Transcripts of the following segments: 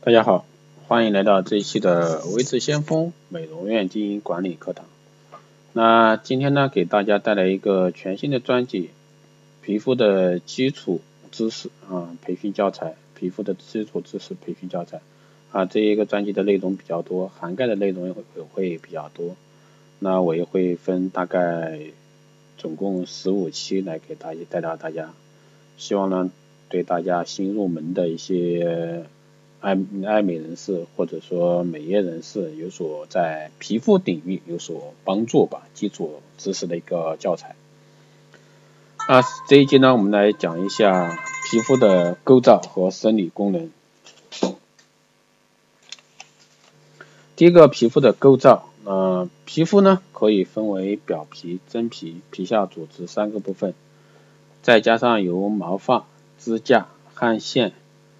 大家好，欢迎来到这一期的微智先锋美容院经营管理课堂。那今天呢，给大家带来一个全新的专辑，皮肤的基础知识培训教材，皮肤的基础知识培训教材这一个专辑的内容比较多，涵盖的内容也会比较多。那我也会分大概总共15期来给大家带到大家，希望呢对大家新入门的一些爱美人士或者说美业人士有所在皮肤领域有所帮助吧，基础知识的一个教材。这一节呢，我们来讲一下皮肤的构造和生理功能。第一个，皮肤的构造。皮肤呢可以分为表皮、真皮、皮下组织3个部分，再加上由毛发、指甲、汗腺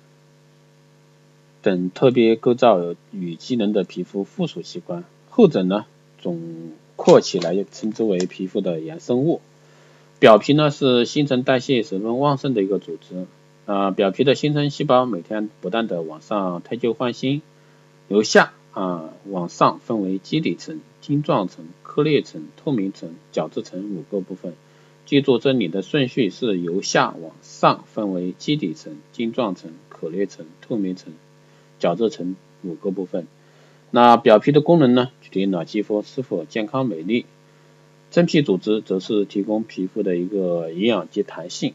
等特别构造与机能的皮肤附属器官，后者呢总括起来称之为皮肤的衍生物。表皮呢是新陈代谢十分旺盛的一个组织，表皮的新陈细胞每天不断的往上汰旧换新，由下往上分为基底层、晶状层、颗粒层、透明层、角质层5个部分。记住这里的顺序是由下往上分为基底层、晶状层、颗粒层、透明层、角质层5个部分。那表皮的功能呢，决定了肌肤是否健康美丽。真皮组织则是提供皮肤的一个营养及弹性。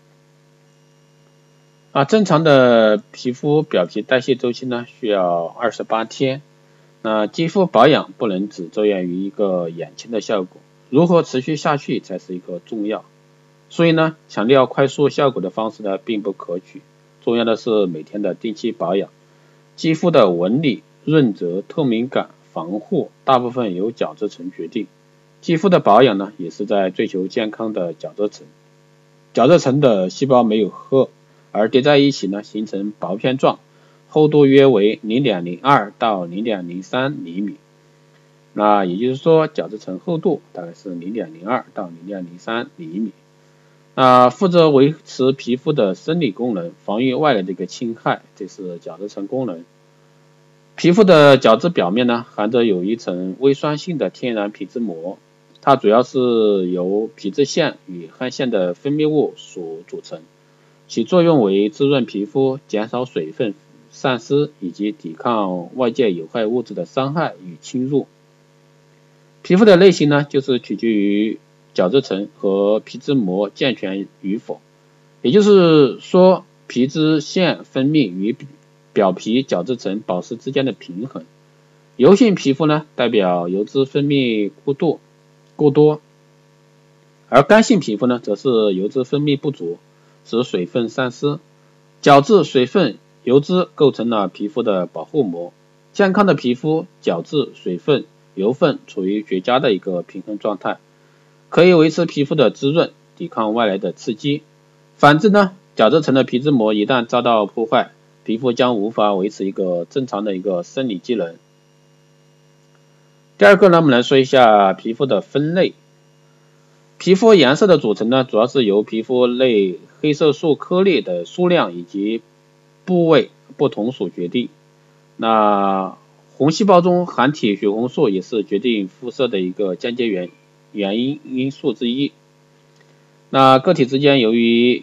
正常的皮肤表皮代谢周期呢需要28天。那肌肤保养不能只着眼于一个眼前的效果，如何持续下去才是一个重要。所以呢，强调快速效果的方式呢并不可取，重要的是每天的定期保养。肌肤的纹理、润泽、透明感、防护大部分由角质层决定。肌肤的保养呢也是在追求健康的角质层。角质层的细胞没有褐，而叠在一起呢形成薄片状，厚度约为 0.02 到 0.03 厘米。那也就是说角质层厚度大概是 0.02 到 0.03 厘米。负责维持皮肤的生理功能，防御外来的一个侵害，这是角质层功能。皮肤的角质表面呢含着有一层微酸性的天然皮脂膜，它主要是由皮脂腺与汗腺的分泌物所组成，其作用为滋润皮肤、减少水分散失以及抵抗外界有害物质的伤害与侵入。皮肤的类型呢就是取决于角质层和皮脂膜健全与否，也就是说皮脂腺分泌与表皮角质层保持之间的平衡。油性皮肤呢代表油脂分泌过多，而干性皮肤呢则是油脂分泌不足，使水分散失。角质、水分、油脂构成了皮肤的保护膜。健康的皮肤，角质、水分、油分处于绝佳的一个平衡状态，可以维持皮肤的滋润，抵抗外来的刺激。反之呢，角质层的皮脂膜一旦遭到破坏，皮肤将无法维持一个正常的一个生理机能。第二个呢，我们来说一下皮肤的分类。皮肤颜色的组成呢，主要是由皮肤内黑色素颗粒的数量以及部位不同所决定。那红细胞中含铁血红素也是决定肤色的一个间接原因素之一。那个体之间由于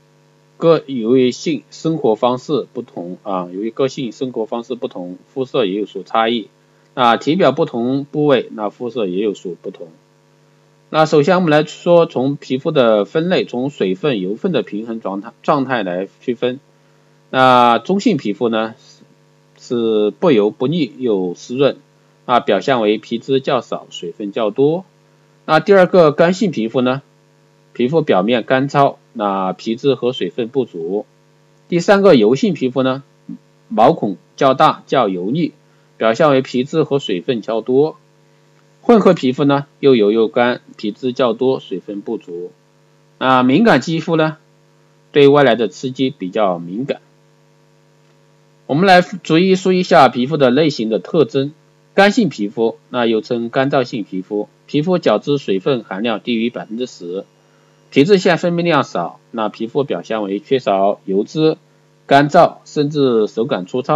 性生活方式不同由于个性生活方式不同，肤色也有所差异。体表不同部位，那肤色也有所不同。那首先我们来说从皮肤的分类，从水分、油分的平衡状态来区分。那中性皮肤呢是不油不腻又湿润，表现为皮脂较少，水分较多。那第二个干性皮肤呢，皮肤表面干燥，那皮脂和水分不足。第三个油性皮肤呢，毛孔较大，较油腻，表现为皮脂和水分较多。混合皮肤呢，又油又干，皮脂较多，水分不足。敏感肌肤呢，对外来的刺激比较敏感。我们来逐一说一下皮肤的类型的特征。干性皮肤，那又称干燥性皮肤，皮肤角质水分含量低于 10%， 皮脂腺分泌量少，那皮肤表现为缺少油脂、干燥，甚至手感粗糙。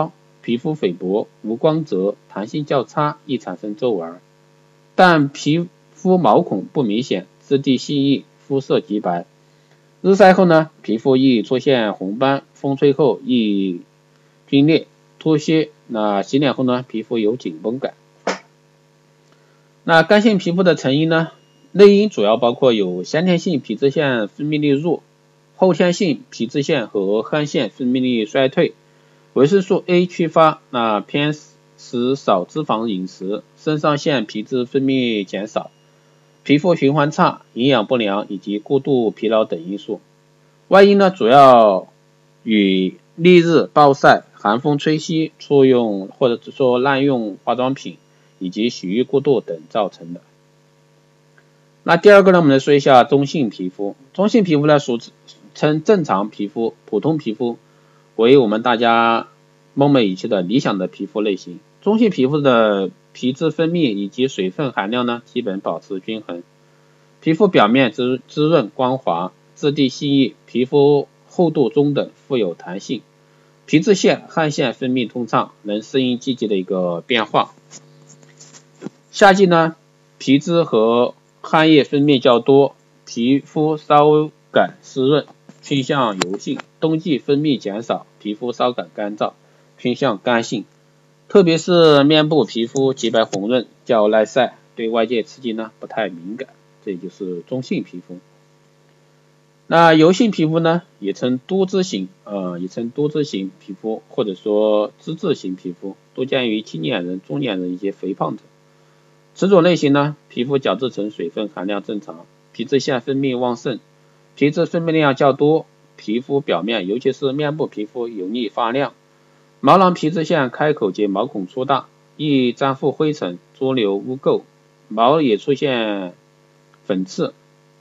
皮肤菲薄、无光泽、弹性较差，易产生皱纹，但皮肤毛孔不明显，质地细腻，肤色极白。日晒后呢，皮肤易出现红斑，风吹后易皲裂、脱屑。那洗脸后呢，皮肤有紧绷感。那干性皮肤的成因呢，内因主要包括有先天性皮脂腺分泌力弱、后天性皮脂腺和汗腺分泌力衰退、维生素 A 缺乏、偏食少脂肪饮食、肾上腺皮质分泌减少、皮肤循环差、营养不良以及过度疲劳等因素。外因呢，主要与烈日暴晒、寒风吹袭、错用或者说滥用化妆品以及洗浴过度等造成的。那第二个呢，我们来说一下中性皮肤。中性皮肤呢，俗称正常皮肤、普通皮肤，为我们大家梦寐以求的理想的皮肤类型。中性皮肤的皮脂分泌以及水分含量呢，基本保持均衡。皮肤表面滋润光滑，质地细腻，皮肤厚度中等，富有弹性。皮脂腺、汗腺分泌通畅，能适应季节的一个变化。夏季呢，皮脂和汗液分泌较多，皮肤稍感湿润，倾向油性。冬季分泌减少，皮肤稍感干燥，偏向干性。特别是面部皮肤洁白红润，较耐晒，对外界刺激呢不太敏感，这就是中性皮肤。那油性皮肤呢，也称多脂型皮肤，或者说脂质型皮肤，多见于青年人、中年人以及肥胖者。此种类型呢，皮肤角质层水分含量正常，皮脂腺分泌旺盛，皮脂分泌量较多，皮肤表面尤其是面部皮肤油腻发亮，毛囊皮脂腺开口及毛孔粗大，易粘附灰尘、捉流污垢，毛也出现粉刺，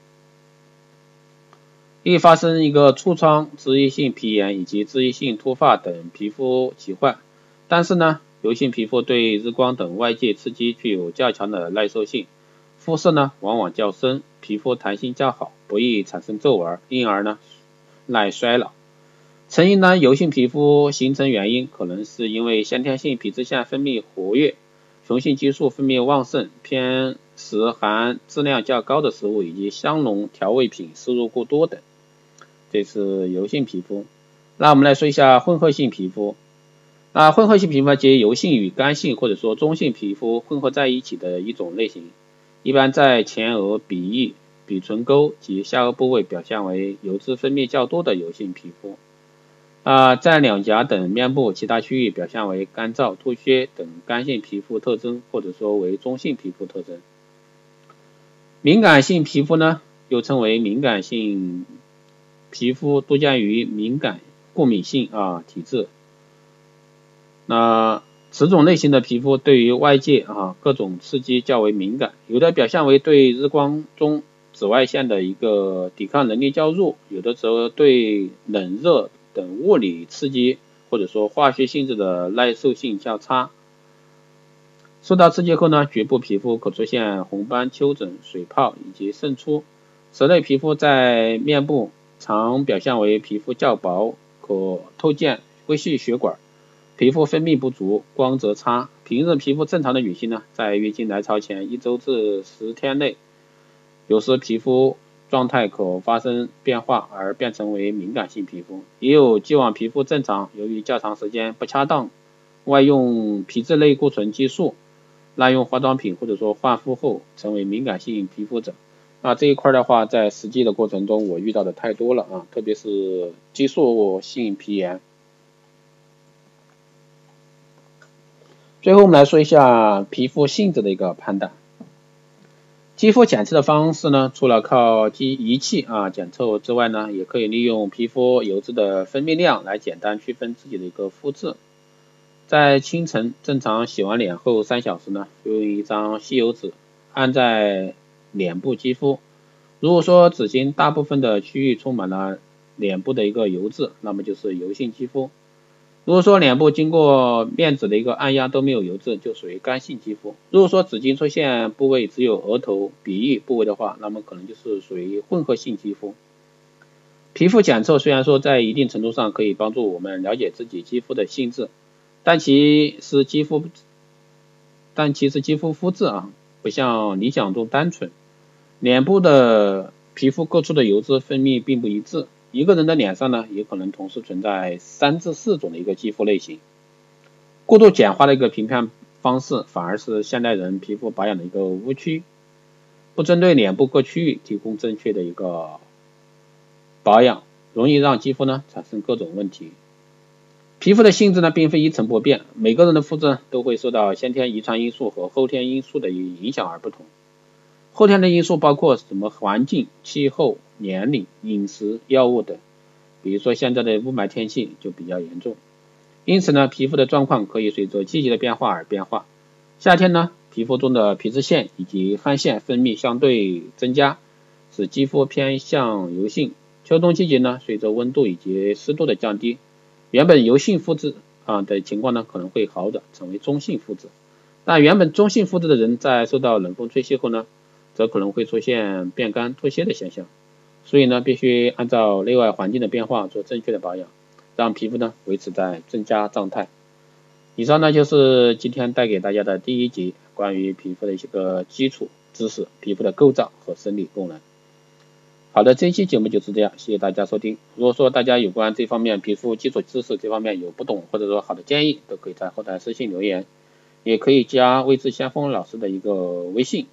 易发生一个痤疮、脂溢性皮炎以及脂溢性脱发等皮肤疾患。但是呢，油性皮肤对日光等外界刺激具有较强的耐受性，肤色呢往往较深，皮肤弹性较好，不易产生皱纹，因而呢耐衰老。成因呢，油性皮肤形成原因可能是因为先天性皮脂腺分泌活跃，雄性激素分泌旺盛，偏食含质量较高的食物以及香浓调味品摄入过多等。这是油性皮肤。那我们来说一下混合性皮肤。混合性皮肤即油性与干性或者说中性皮肤混合在一起的一种类型，一般在前额、鼻翼、鼻唇沟及下颚部位表现为油脂分泌较多的油性皮肤。在两颊等面部其他区域表现为干燥、脱屑等干性皮肤特征，或者说为中性皮肤特征。敏感性皮肤呢，又称为敏感性皮肤，多见于敏感过敏性体质。那此种类型的皮肤对于外界各种刺激较为敏感，有的表现为对日光中紫外线的一个抵抗能力较弱，有的则对冷热等物理刺激或者说化学性质的耐受性较差。受到刺激后呢，局部皮肤可出现红斑、丘疹、水泡以及渗出。此类皮肤在面部常表现为皮肤较薄，可透见微细血管，皮肤分泌不足，光泽差。平日皮肤正常的女性呢，在月经来潮前1周至10天内，有时皮肤状态可发生变化而变成为敏感性皮肤，也有既往皮肤正常，由于较长时间不恰当外用皮质类固醇激素、滥用化妆品或者说换肤后成为敏感性皮肤者。这一块的话，在实际的过程中我遇到的太多了特别是激素性皮炎。最后我们来说一下皮肤性质的一个判断。肌肤检测的方式呢，除了靠仪器检测之外呢，也可以利用皮肤油脂的分泌量来简单区分自己的一个肤质。在清晨正常洗完脸后3小时呢，用一张吸油纸按在脸部肌肤，如果说纸巾大部分的区域充满了脸部的一个油质，那么就是油性肌肤。如果说脸部经过面纸的一个按压都没有油质，就属于干性肌肤。如果说纸巾出现部位只有额头、鼻翼部位的话，那么可能就是属于混合性肌肤。皮肤检测虽然说在一定程度上可以帮助我们了解自己肌肤的性质， 但其实肌肤肤质不像理想中单纯，脸部的皮肤各处的油脂分泌并不一致，一个人的脸上呢也可能同时存在3至4种的一个肌肤类型。过度简化的一个评判方式反而是现代人皮肤保养的一个误区，不针对脸部各区域提供正确的一个保养，容易让肌肤呢产生各种问题。皮肤的性质呢并非一成不变，每个人的肤质都会受到先天遗传因素和后天因素的影响而不同。后天的因素包括什么环境、气候、年龄、饮食、药物等，比如说现在的雾霾天气就比较严重，因此呢皮肤的状况可以随着季节的变化而变化。夏天呢皮肤中的皮脂腺以及汗腺分泌相对增加，使肌肤偏向油性。秋冬季节呢随着温度以及湿度的降低，原本油性肤质的情况呢可能会好转，成为中性肤质。但原本中性肤质的人在受到冷风吹袭后呢，则可能会出现变干脱屑的现象。所以呢必须按照内外环境的变化做正确的保养，让皮肤呢维持在最佳状态。以上呢就是今天带给大家的第1集关于皮肤的一些个基础知识，皮肤的构造和生理功能。好的，这一期节目就是这样，谢谢大家收听。如果说大家有关这方面皮肤基础知识这方面有不懂或者说好的建议，都可以在后台私信留言，也可以加微智先锋老师的一个微信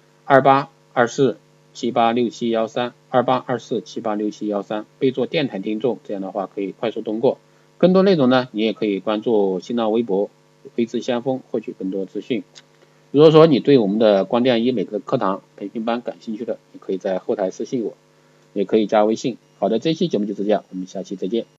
2824786713，2824786713，备注电台听众，这样的话可以快速通过。更多内容呢，你也可以关注新浪微博微智先锋获取更多资讯。如果说你对我们的光电医美的课堂培训班感兴趣的，你可以在后台私信我，也可以加微信。好的，这期节目就是这样，我们下期再见。